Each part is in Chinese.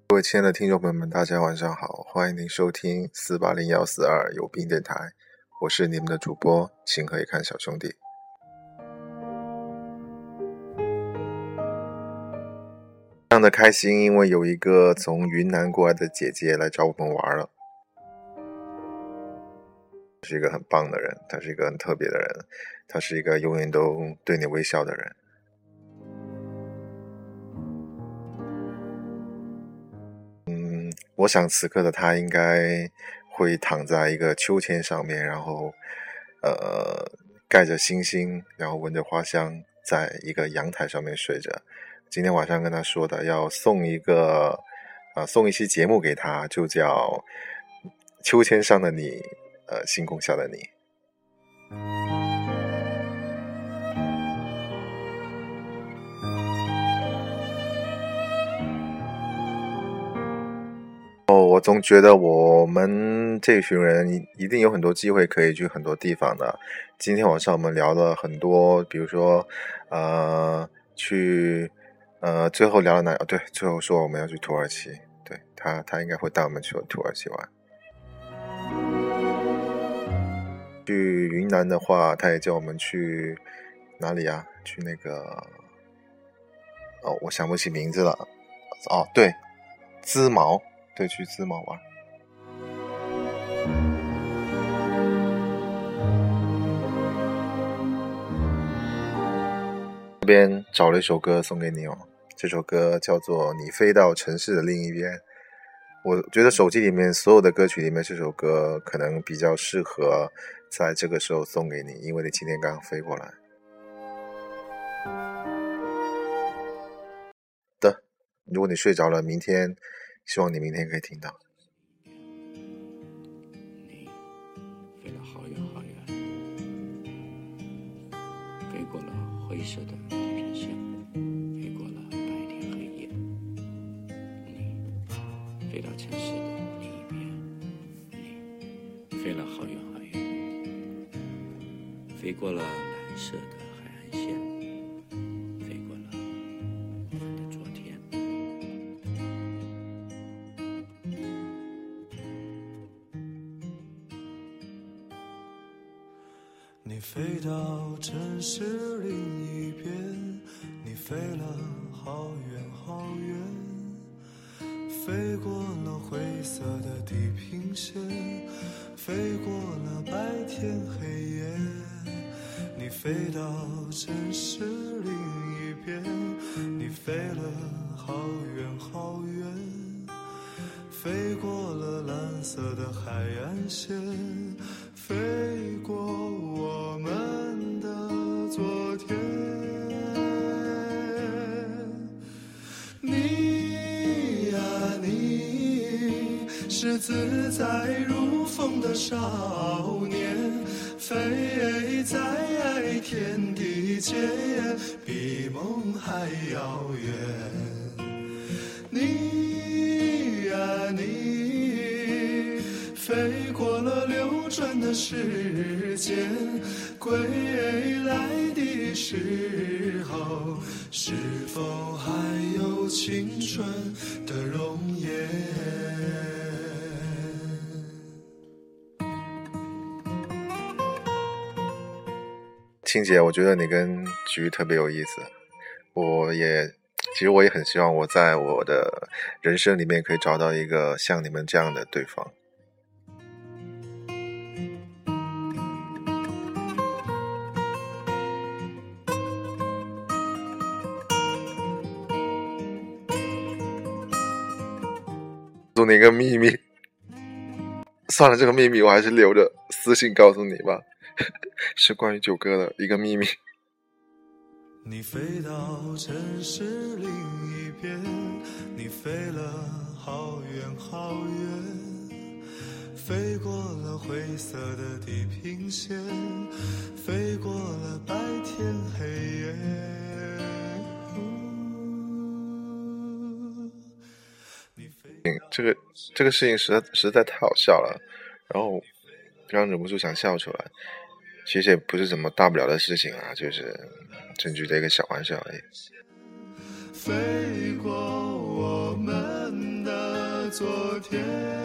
各位亲爱的听众朋友们，大家晚上好，欢迎您收听480142有病电台，我是你们的主播情何以堪小兄弟。非常的开心，因为有一个从云南过来的姐姐来找我们玩了。是一个很棒的人，他是一个很特别的人，他是一个永远都对你微笑的人。我想此刻的他应该会躺在一个秋千上面，然后盖着星星，然后闻着花香，在一个阳台上面睡着。今天晚上跟他说的要送一期节目给他，就叫秋千上的你，星空下的你。我总觉得我们这群人一定有很多机会可以去很多地方的。今天晚上我们聊了很多，比如说最后聊了哪？对，最后说我们要去土耳其。对，他应该会带我们去土耳其玩。去云南的话，他也叫我们去哪里啊？去那个我想不起名字了。对，滋毛。对，去滋毛玩。这边找了一首歌送给你哦，这首歌叫做《你飞到城市的另一边》。我觉得手机里面所有的歌曲里面，这首歌可能比较适合在这个时候送给你，因为你今天刚飞过来。如果你睡着了，希望你明天可以听到。 你飞了好远好远，飞过了灰色的地平线，飞过了白天黑夜。你飞到城市的另一边，你飞了好远好远，飞过了蓝色的海岸线，飞过了我们的昨天。 你飞到城市另一边，你飞了好远好远，飞过了灰色的地平线，飞过了白天黑夜。你飞到城市另一边，你飞了好远好远，飞过了蓝色的海岸线，飞过我们的昨天。你呀你，是自在如风的少年，飞在天地间，比梦还遥远。你呀你，飞过了流转的时间，归来的时候，是否还有青春的容颜？ 青姐，我觉得你跟菊特别有意思。其实我也很希望我在我的人生里面可以找到一个像你们这样的对方。告诉你一个秘密，算了，这个秘密我还是留着私信告诉你吧。是关于九哥的一个秘密。 你飞到城市另一边，你飞了好远好远，飞过了灰色的地平线，飞过了白天黑夜。 这个事情实在太好笑了，然后让忍不住想笑出来。其实也不是什么大不了的事情啊，就是郑钧的一个小玩笑而已。 飞过我们的昨天。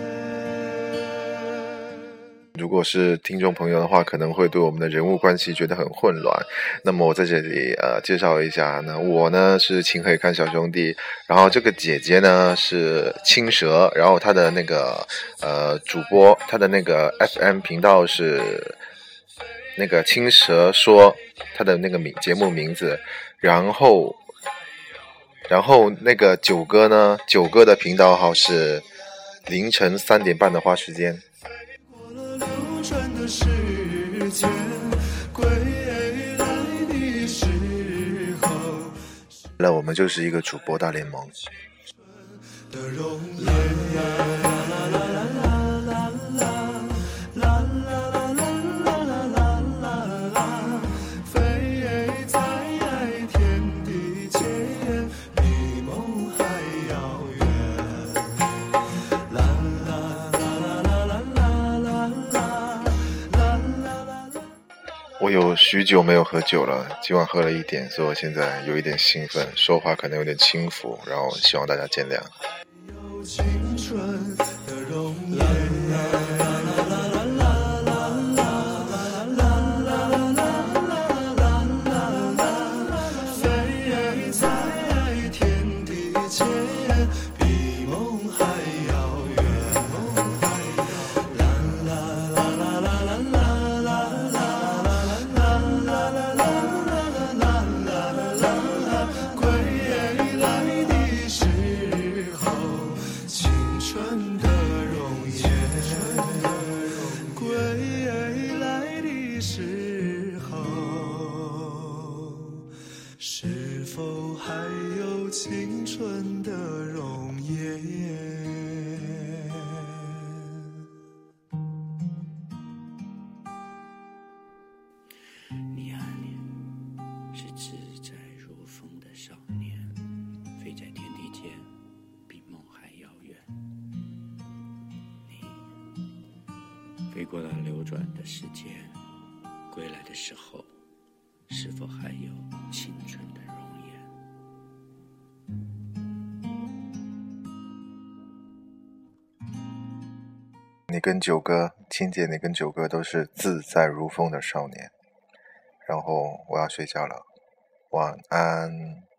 如果是听众朋友的话，可能会对我们的人物关系觉得很混乱。那么我在这里介绍一下，那我呢是秦海看小兄弟，然后这个姐姐呢是青蛇，然后她的那个主播，她的那个 FM 频道是那个青蛇说，她的那个节目名字，然后那个九哥呢，九哥的频道号是凌晨3点半的花时间。 的时间归来的时候， 那我们就是一个主播大联盟的容颜。飞在天地间，比梦还遥远。 我有许久没有喝酒了，今晚喝了一点，所以我现在有一点兴奋，说话可能有点轻浮，然后希望大家见谅。 有青春的容颜。飞在天地间，比梦还遥远。是否还有青春的容颜？ 你啊你，是自在如风的少年，飞在天地间，比梦还遥远。你飞过了流转的时间，归来的时候，是否还有青春的容颜？ 你跟九哥，亲姐，你跟九哥都是自在如风的少年。然后我要睡觉了，晚安。